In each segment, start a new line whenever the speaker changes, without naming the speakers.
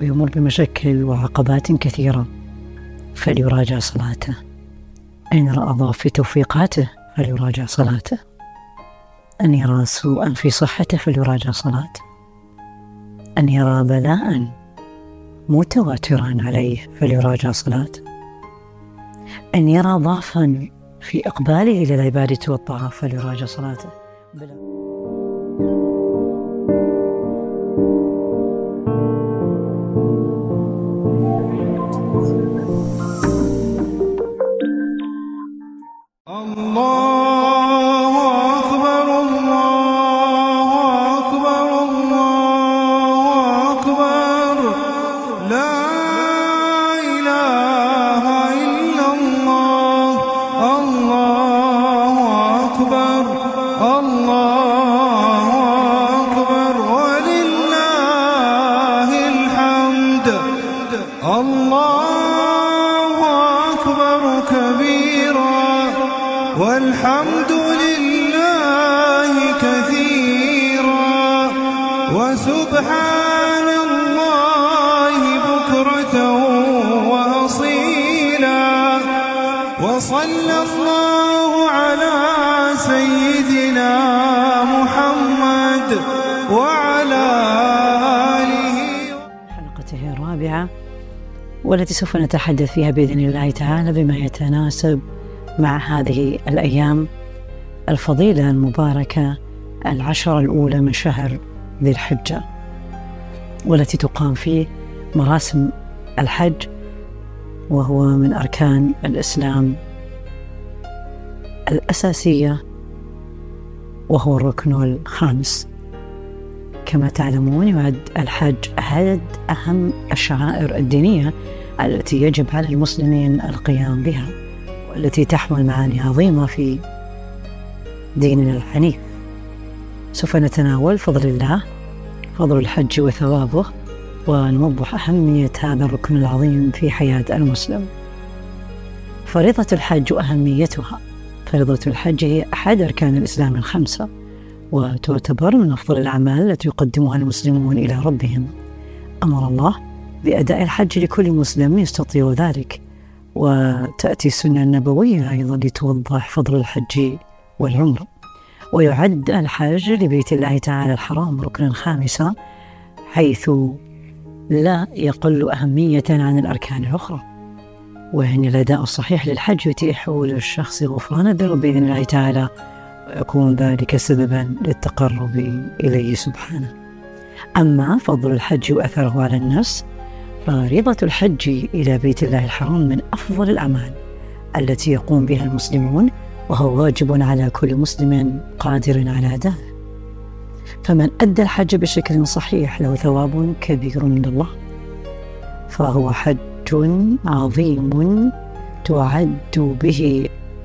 ويمر بمشاكل وعقبات كثيرة فليراجع صلاته. إن رأى ضعف في توفيقاته فليراجع صلاته. أن يرى سوءا في صحته فليراجع صلاته. أن يرى بلاء متواترا عليه فليراجع صلاته. أن يرى ضعفا في إقباله إلى العبادة والطاعة فليراجع صلاته.
والحمد لله كثيرا وسبحان الله بكرة وأصيلا وصلى الله على سيدنا محمد وعلى آله.
حلقته الرابعة والتي سوف نتحدث فيها بإذن الله تعالى بما يتناسب مع هذه الأيام الفضيلة المباركة 10 الأولى من شهر ذي الحجة، والتي تقام فيه مراسم الحج، وهو من أركان الإسلام الأساسية، وهو الركن الخامس. كما تعلمون يعد الحج أحد أهم الشعائر الدينية التي يجب على المسلمين القيام بها، والتي تحمل معاني عظيمة في ديننا الحنيف. سوف نتناول فضل الله، فضل الحج وثوابه، ونوضح أهمية هذا الركن العظيم في حياة المسلم. فريضة الحج وأهميتها. فريضة الحج هي أحد أركان الإسلام الخمسة، وتعتبر من أفضل الأعمال التي يقدمها المسلمون إلى ربهم. أمر الله بأداء الحج لكل مسلم يستطيع ذلك، وتأتي السنة النبوية أيضا لتوضح فضل الحج والعمرة. ويعد الحج لبيت الله تعالى الحرام ركنا خامسا، حيث لا يقل أهمية عن الأركان الأخرى. وإن الأداء الصحيح للحج يتيح للشخص غفران الذنوب بإذن الله تعالى، ويكون ذلك سببا للتقرب إليه سبحانه. أما فضل الحج وأثره على النفس، فريضة الحج إلى بيت الله الحرام من أفضل الأعمال التي يقوم بها المسلمون، وهو واجب على كل مسلم قادر على أدائه. فمن أدى الحج بشكل صحيح له ثواب كبير من الله، فهو حج عظيم تعد به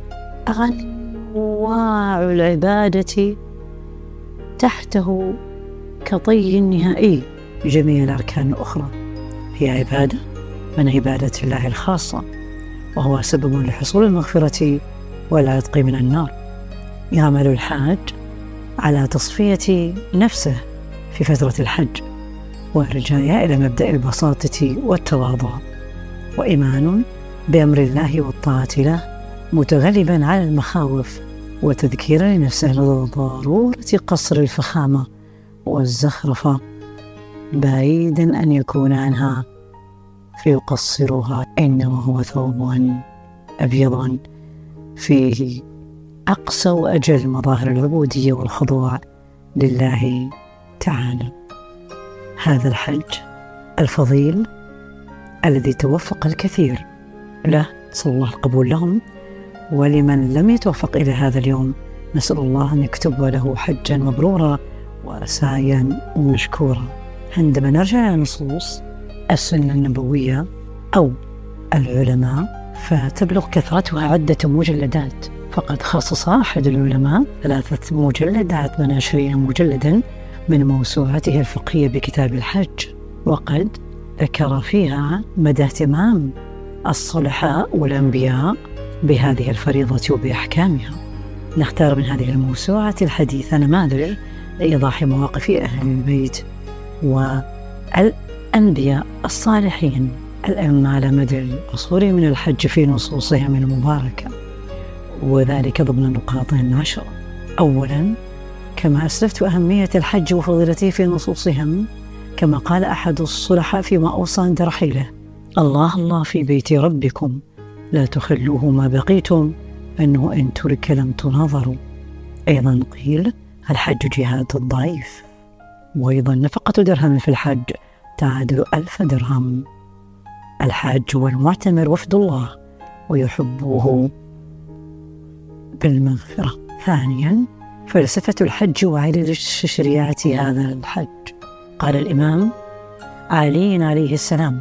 أنواع العبادة تحته كطي نهائي جميع الأركان الأخرى. هي عبادة من عبادة الله الخاصة، وهو سبب لحصول المغفرة والعتق من النار. يعمل الحاج على تصفية نفسه في فترة الحج، والرجاء إلى مبدأ البساطة والتواضع، وإيمان بأمر الله والطاعة له، متغلبا على المخاوف، وتذكيرا لنفسه ضرورة قصر الفخامة والزخرفة، بعيدا أن يكون عنها فيقصرها، إنما هو ثوب أبيض فيه أقصى وأجل مظاهر العبودية والخضوع لله تعالى. هذا الحج الفضيل الذي توفق الكثير له، نسأل الله القبول لهم، ولمن لم يتوفق إلى هذا اليوم نسأل الله أن يكتب له حجا مبرورا وسعيا مشكورا. عندما نرجع إلى نصوص السنة النبوية أو العلماء، فتبلغ كثرتها عدة مجلدات. فقد خصص أحد العلماء 3 مجلدات من 20 مجلدا من موسوعته الفقهية بكتاب الحج، وقد ذكر فيها مدى اهتمام الصلحاء والأنبياء بهذه الفريضة وبأحكامها. نختار من هذه الموسوعة الحديث نماذج لإيضاح مواقف أهل البيت الأنبياء الصالحين الأئمة على مدى العصور من الحج في نصوصهم المباركة، وذلك ضمن نقاط 10. أولا، كما أسلفت أهمية الحج وفضيلته في نصوصهم، كما قال أحد الصلحاء فيما أوصى عند رحيله: الله الله في بيت ربكم لا تخلوه ما بقيتم، أنه إن ترك لم تناظروا. أيضا قيل: الحج جهاد الضعيف. وأيضا نفقة درهم في الحج تعادل 1000 درهم. الحاج والمعتمر وفد الله ويحبوه بالمغفرة. ثانيا، فلسفة الحج وعلل شريعة هذا الحج. قال الإمام علي عليه السلام: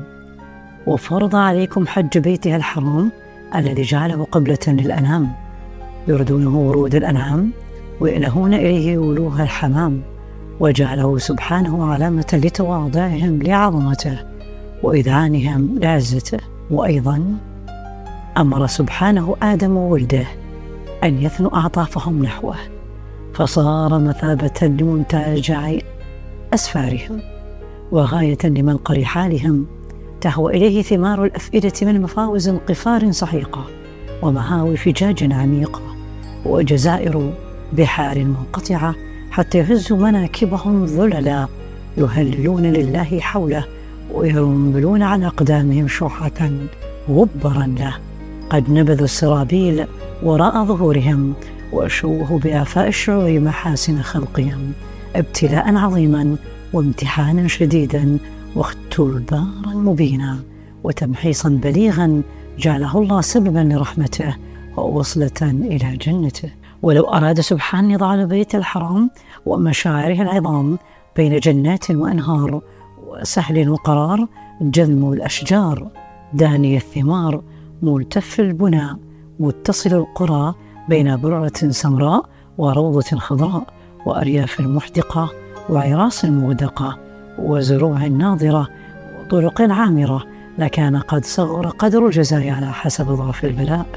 وفرض عليكم حج بيته الحرام الذي جعله قبلة للأنام، يردونه ورود الأنعام ويألهون إليه ولوها الحمام، وجعله سبحانه علامة لتواضعهم لعظمته وإذعانهم لعزته. وأيضا أمر سبحانه آدم وولده أن يثنوا أعطافهم نحوه، فصار مثابة لمنتجع أسفارهم وغاية لمنقر حالهم، تهوى إليه ثمار الأفئدة من مفاوز قفار سحيقة ومهاوي فجاج عميقة وجزائر بحار منقطعة، حتى يهزوا مناكبهم ذللا يهللون لله حوله ويرملون على أقدامهم شحة غبرا له، قد نبذوا السرابيل وراء ظهورهم وأشوه بآفاء الشعور محاسن خلقهم، ابتلاء عظيما وامتحانا شديدا واختبارا مبينا وتمحيصا بليغا جعله الله سببا لرحمته ووصلة إلى جنته. ولو أراد سبحانه يضع البيت الحرام ومشاعره العظام بين جنات وأنهار وسهل وقرار، جذم الأشجار داني الثمار ملتف البناء متصل القرى بين برعة سمراء وروضة خضراء وأرياف محدقة وعراس مغدقة وزروع ناضرة وطرق عامرة، لكان قد صغر قدر الجزاء على حسب ضعف البلاء.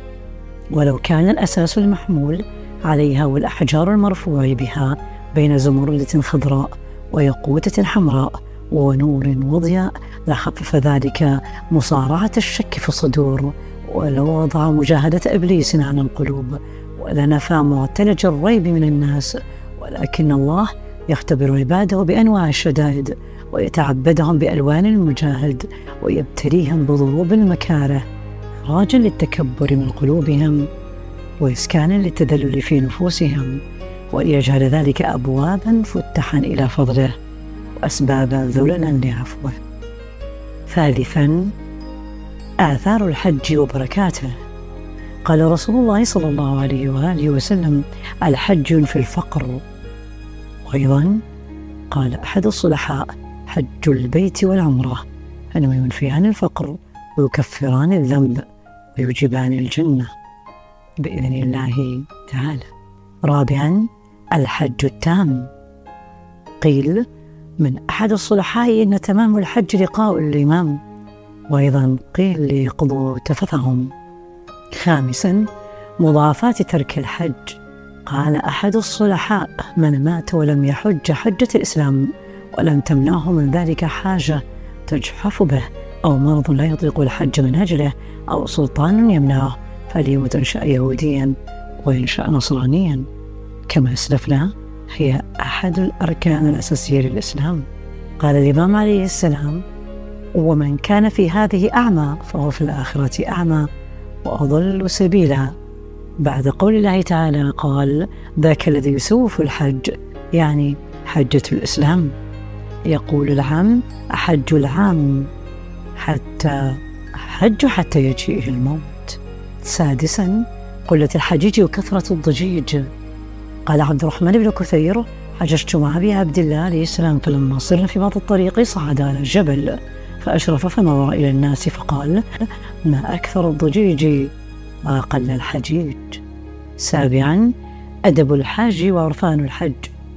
ولو كان الأساس المحمول عليها والأحجار المرفوع بها بين زمردة خضراء ويقوتة حمراء ونور وضياء لخفف ذلك مصارعة الشك في الصدور، ولو وضع مجاهدة إبليس عن القلوب، ولنفى معتلج الريب من الناس. ولكن الله يختبر عباده بأنواع الشدائد ويتعبدهم بألوان المجاهد ويبتليهم بضروب المكاره، إخراجا للتكبر من قلوبهم وإسكانا للتذلل في نفوسهم، وليجعل ذلك أبوابا فتحا إلى فضله وأسبابا ذللا لعفوه. ثالثا، آثار الحج وبركاته. قال رسول الله صلى الله عليه وآله وسلم: الحج في الفقر. وأيضا قال أحد الصلحاء: حج البيت والعمرة أنما ينفيان الفقر ويكفران الذنب ويوجبان الجنة بإذن الله تعالى. رابعا، الحج التام. قيل من أحد الصلحاء إن تمام الحج لقاء الإمام، وأيضا قيل لقضوا تفثهم. خامسا، مضاعفات ترك الحج. قال أحد الصلحاء: من مات ولم يحج حجة الإسلام ولم تمنعه من ذلك حاجة تجحف به، أو مرض لا يطيق الحج من أجله، أو سلطان يمنعه، فليمت إن شاء يهوديا وإن شاء نصرانيا. كما أسلفنا هي أحد الأركان الأساسية للإسلام. قال الإمام عليه السلام: ومن كان في هذه أعمى فهو في الآخرة أعمى وأضل سبيلا. بعد قول الله تعالى قال: ذاك الذي يسوف الحج، يعني حجة الإسلام. يقول العام: أحج العام حتى يجيء الموت. سادسا، قلة الحجيج وكثرة الضجيج. قال عبد الرحمن بن كثير: حججت مع أبي عبد الله عليه السلام، فلما صرنا في بعض الطريق صعد على الجبل فأشرف فنظر إلى الناس فقال: ما أكثر الضجيج وأقل الحجيج. سابعا، أدب الحاج وعرفان الحج.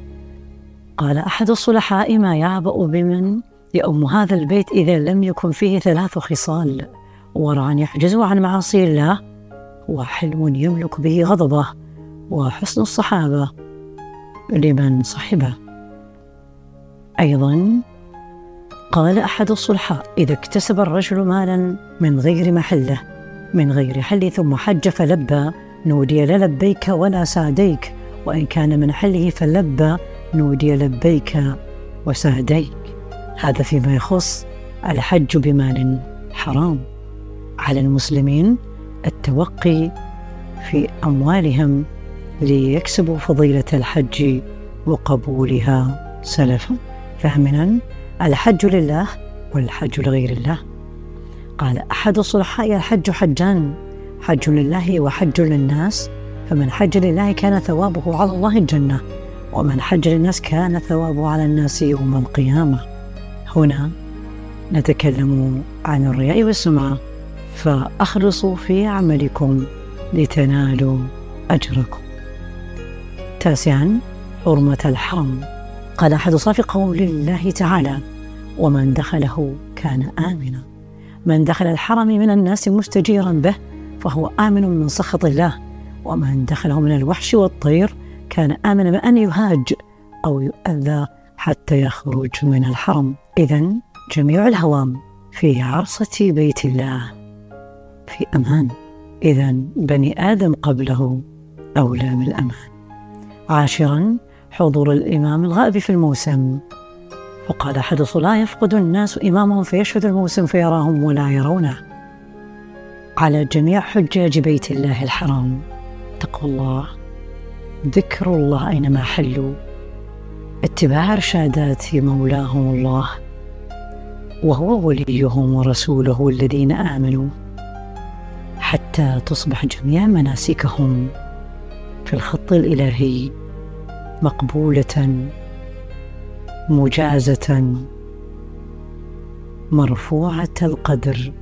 قال أحد الصلحاء: ما يعبأ بمن يؤم هذا البيت إذا لم يكن فيه 3 خصال: ورع يحجز عن معاصي الله، وحلم يملك به غضبه، وحسن الصحابة لمن صحبه. أيضا قال أحد الصلحاء: إذا اكتسب الرجل مالا من غير محله من غير حل ثم حج فلبى نودي للبيك ولا سعديك، وإن كان من حله فلبى نودي لبيك وسعديك. هذا فيما يخص الحج بمال حرام. على المسلمين التوقي في أموالهم ليكسبوا فضيلة الحج وقبولها سلفا، فهمنا الحج لله والحج لغير الله. قال أحد الصلحاء: الحج حجان، حج لله وحج للناس، فمن حج لله كان ثوابه على الله الجنة، ومن حج للناس كان ثوابه على الناس يوم القيامة. هنا نتكلم عن الرياء والسمعة، فأخلصوا في عملكم لتنالوا أجركم. 9. حرمة الحرم. قال أحد صافي: قول الله تعالى: ومن دخله كان آمنا. من دخل الحرم من الناس مستجيرا به فهو آمن من سخط الله، ومن دخله من الوحش والطير كان آمنا بأن يهاج أو يؤذى حتى يخرج من الحرم. إذن جميع الهوام في عرصة بيت الله في أمان، إذن بني آدم قبله أولى بالأمان. 10. حضور الإمام الغائب في الموسم. وقال أحد الصلاة: يفقد الناس إمامهم فيشهد الموسم فيراهم ولا يرونه. على جميع حجاج بيت الله الحرام تقوى الله، ذكر الله أينما حلوا، اتباع إرشادات مولاهم الله وهو وليهم ورسوله الذين آمنوا، حتى تصبح جميع مناسكهم في الخط الإلهي مقبولة مجازة مرفوعة القدر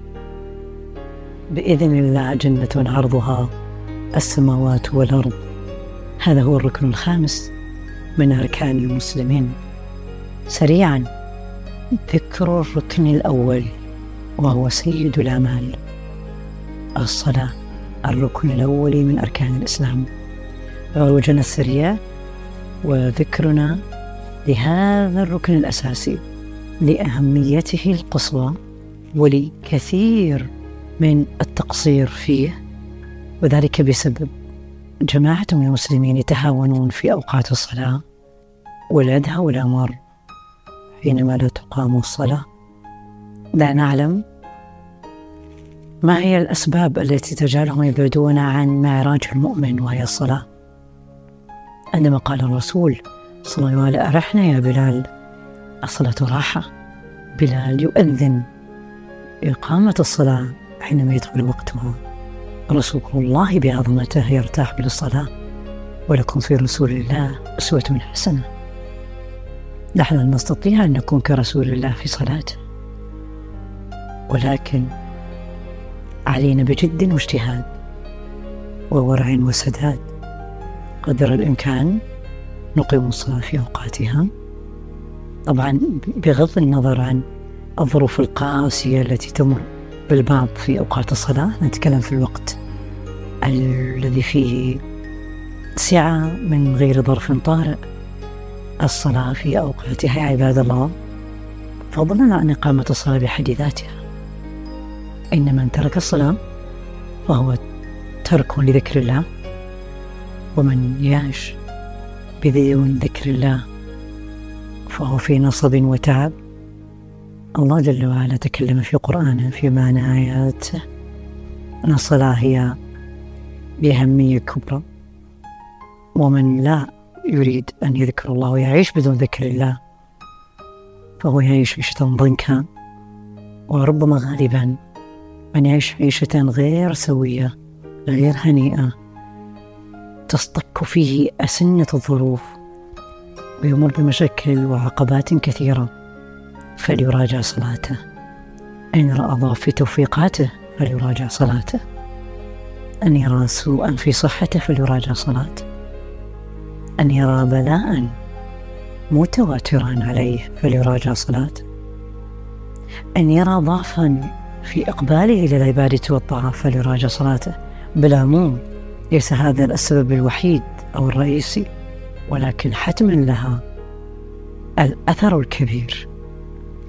بإذن الله، جنة عرضها السماوات والأرض. هذا هو الركن الخامس من أركان المسلمين. سريعا ذكر الركن الأول وهو سيد الأعمال، الصلاة، الركن الأول من أركان الإسلام. عروجنا السريع وذكرنا لهذا الركن الأساسي لأهميته القصوى ولكثير من التقصير فيه، وذلك بسبب جماعة من المسلمين يتهاونون في أوقات الصلاة والأدهى والأمر حينما لا تقام الصلاة. لا نعلم ما هي الأسباب التي تجعلهم يبعدون عن معراج المؤمن وهي الصلاة. عندما قال الرسول صلى الله عليه وسلم: أرحنا يا بلال، الصلاة راحة. بلال يؤذن إقامة الصلاة حينما يدخل وقتها. رسول الله بعظمته يرتاح بالصلاة، ولكم في رسول الله أسوة حسنة. نحن نستطيع أن نكون كرسول الله في صلاته، ولكن علينا بجد واجتهاد وورع وسداد. قدر الإمكان نقيم الصلاة في أوقاتها، طبعا بغض النظر عن الظروف القاسية التي تمر بالبعض في أوقات الصلاة. نتكلم في الوقت الذي فيه سعة من غير ظرف طارئ. الصلاة في أوقاتها عباد الله، فضلا عن إقامة الصلاة بحد ذاتها. إن من ترك الصلاة فهو ترك لذكر الله، ومن يعش بدون ذكر الله فهو في نصب وتعب. الله جل وعلا تكلم في قرآنه في معنى آياته أن الصلاة هي بأهمية كبرى، ومن لا يريد أن يذكر الله ويعيش بدون ذكر الله فهو يعيش عيشة ضنكا، وربما غالبا من يعيش عيشة غير سوية غير هنيئة تصطك فيه أسنة الظروف ويمر بمشاكل وعقبات كثيرة، فليراجع صلاته. إن رأى ضعف في توفيقاته فليراجع صلاته، أن يرى سوءا في صحته فليراجع صلاته، أن يرى بلاء متواترا عليه فليراجع صلاته، أن يرى ضعفا في إقباله إلى العبادة والطاعة فليراجع صلاته. بالعموم ليس هذا السبب الوحيد أو الرئيسي، ولكن حتما لها الأثر الكبير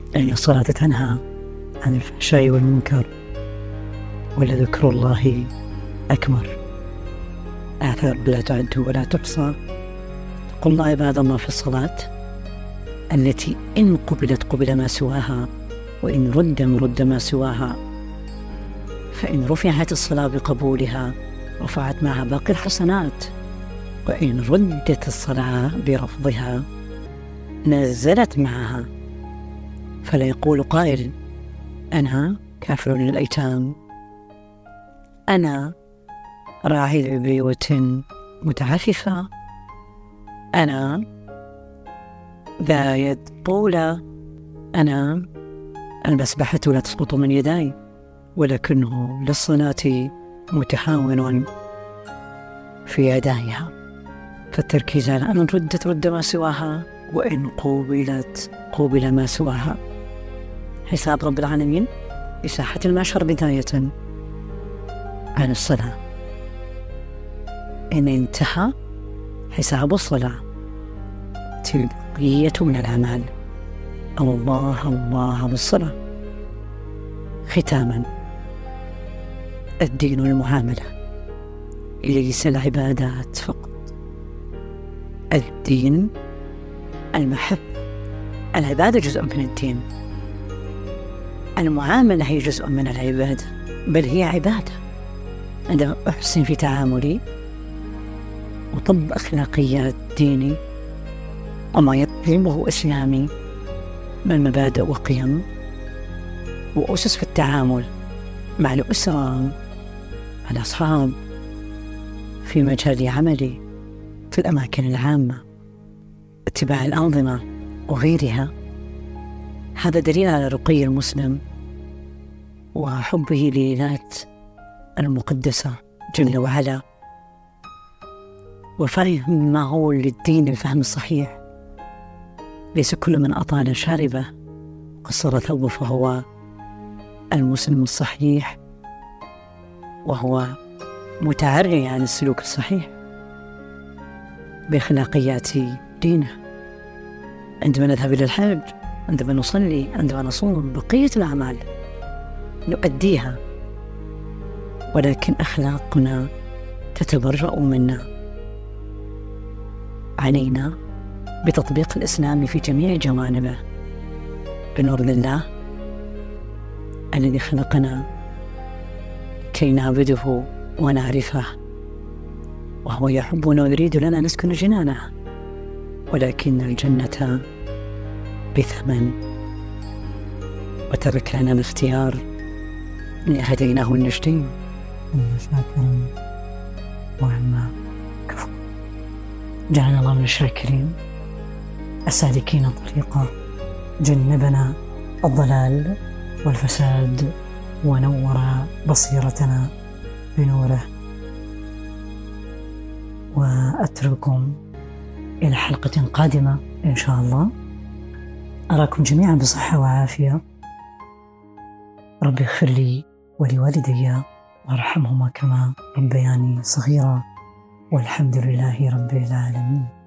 أن الصلاة تنهى عن الفحشاء والمنكر، ولذكر الله أكبر. آثار لا تعد ولا تحصى. قلنا عباد الله في الصلاة التي إن قبلت قبل ما سواها، وإن رد ما سواها. فإن رفعت الصلاة بقبولها رفعت معها باقي الحسنات، وإن ردت الصلاة برفضها نزلت معها. فلا يقول قائل: أنا كافر للأيتام، أنا راعي لبيوت متعففة، أنا ذا يد طولة، أنا المسبحة لا تسقط من يداي، ولكنه للصلاة متحاون في يدايها. فالتركيز على أن ردت رد ما سواها، وإن قوبلت قوبل ما سواها. حساب رب العالمين بساحة المعشر بداية عن الصلاة. إن انتهى حساب الصلاة تلقية من الأعمال. الله الله بالصلاة. ختاما، الدين المعاملة، ليس العبادات فقط. الدين المحبة. العبادة جزء من الدين، المعاملة هي جزء من العبادة، بل هي عبادة. عندما أحسن في تعاملي وطبق أخلاقيات ديني وما يطلبه إسلامي من مبادئ وقيم وأسس في التعامل مع الأسرة، مع الأصحاب، في مجال عملي، في الأماكن العامة، اتباع الأنظمة وغيرها، هذا دليل على رقي المسلم وحبه لذات المقدسة جل وعلا، وفهم ما هو للدين الفهم الصحيح. ليس كل من أطال شاربه قصر ثوبه فهو المسلم الصحيح، وهو متعري عن السلوك الصحيح بأخلاقيات دينه. عندما نذهب إلى الحج، عندما نصلي، عندما نصوم، بقية الأعمال نؤديها، ولكن أخلاقنا تتبرأ منا. علينا بتطبيق الإسلام في جميع جوانبه بنور الله الذي خلقنا كي نعبده ونعرفه، وهو يحبنا ويريد لنا نسكن جنانه، ولكن الجنة بثمن، وترك لنا الاختيار لهديناه النجدين. شاكرا وعما كفر. جعلنا الله من الشاكرين السالكين طريقا، جنبنا الضلال والفساد، ونور بصيرتنا بنوره. وأترككم إلى حلقة قادمة إن شاء الله. أراكم جميعا بصحة وعافية. ربي اغفر لي ولوالدي وارحمهما كما ربياني صغيرا، والحمد لله رب العالمين.